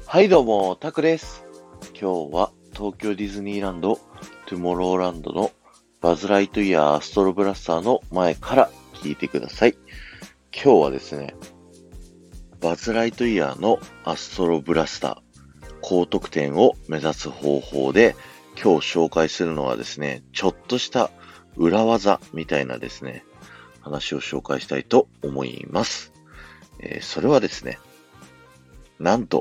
はいどうも、タクです。今日は東京ディズニーランド、トゥモローランドのバズ・ライトイヤーアストロブラスターの前から聞いてください。今日はですね、バズ・ライトイヤーのアストロブラスター、高得点を目指す方法で、今日紹介するのはですね、ちょっとした裏技みたいなですね、話を紹介したいと思います。それはですね、なんと、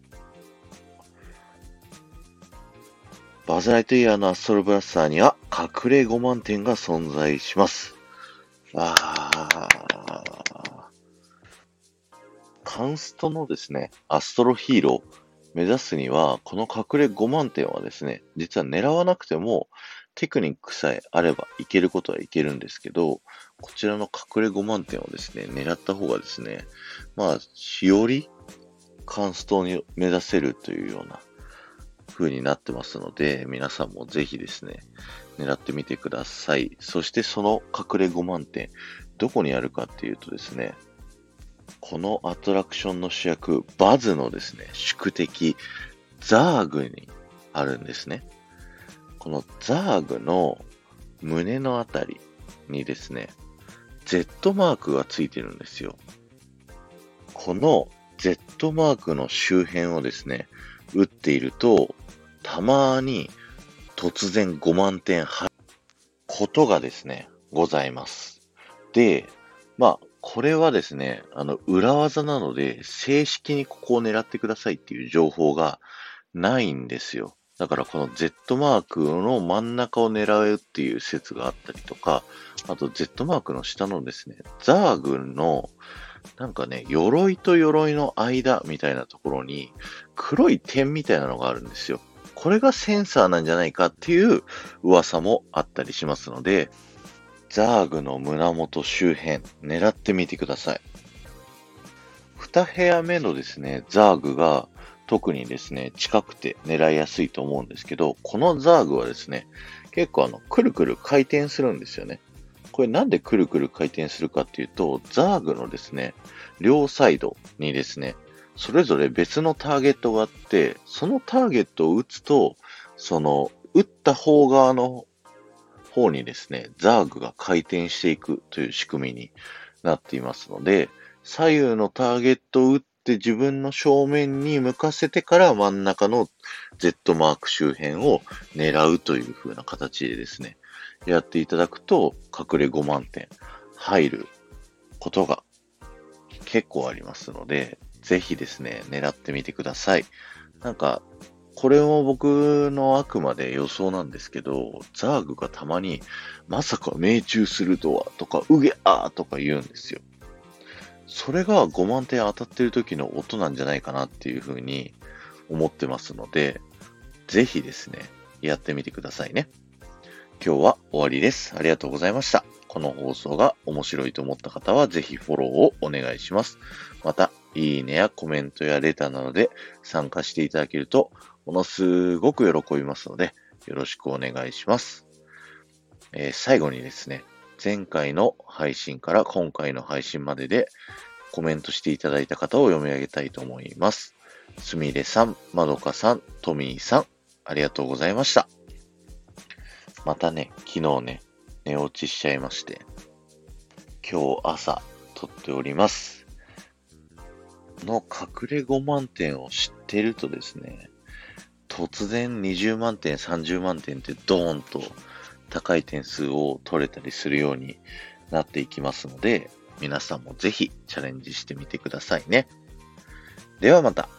バズ・ライトイヤーのアストロブラスターには隠れ5万点が存在します。カンストのですね、アストロヒーローを目指すには、この隠れ5万点はですね、実は狙わなくてもテクニックさえあればいけることはいけるんですけど、こちらの隠れ5万点をですね、狙った方がですね、よりカンストに目指せるというような風になってますので、皆さんもぜひですね、狙ってみてください。そしてその隠れ5万点、どこにあるかっていうとですね、このアトラクションの主役、バズのですね、宿敵、ザーグにあるんですね。このザーグの胸のあたりにですね、Z マークがついてるんですよ。この Z マークの周辺をですね、打っていると、たまに突然5万点入ることがですね、ございます。で、これはですね、裏技なので、正式にここを狙ってくださいっていう情報がないんですよ。だからこの Z マークの真ん中を狙うっていう説があったりとか、あと Z マークの下のですね、ザーグのなんかね、鎧と鎧の間みたいなところに黒い点みたいなのがあるんですよ。これがセンサーなんじゃないかっていう噂もあったりしますので、ザーグの胸元周辺狙ってみてください。2部屋目のですね、ザーグが特にですね、近くて狙いやすいと思うんですけど、このザーグはですね、結構くるくる回転するんですよね。これなんでくるくる回転するかっていうと、ザーグのですね、両サイドにですね、それぞれ別のターゲットがあって、そのターゲットを撃つと、撃った方側の方にですね、ザーグが回転していくという仕組みになっていますので、左右のターゲットを打って自分の正面に向かせてから真ん中の Z マーク周辺を狙うという風な形でですね、やっていただくと隠れ5万点入ることが結構ありますので、ぜひですね、狙ってみてください。これも僕のあくまで予想なんですけど、ザーグがたまに、まさか命中するとはとか、うげあーとか言うんですよ。それが5万点当たってる時の音なんじゃないかなっていうふうに思ってますので、ぜひですね、やってみてくださいね。今日は終わりです。ありがとうございました。この放送が面白いと思った方はぜひフォローをお願いします。また、いいねやコメントやレターなどで参加していただけると、ものすごく喜びますので、よろしくお願いします。最後にですね、前回の配信から今回の配信まででコメントしていただいた方を読み上げたいと思います。すみれさん、まどかさん、トミーさん、ありがとうございました。またね、昨日ね、寝落ちしちゃいまして、今日朝撮っております。の隠れ5万点を知ってるとですね、突然20万点、30万点ってドーンと高い点数を取れたりするようになっていきますので、皆さんもぜひチャレンジしてみてくださいね。ではまた。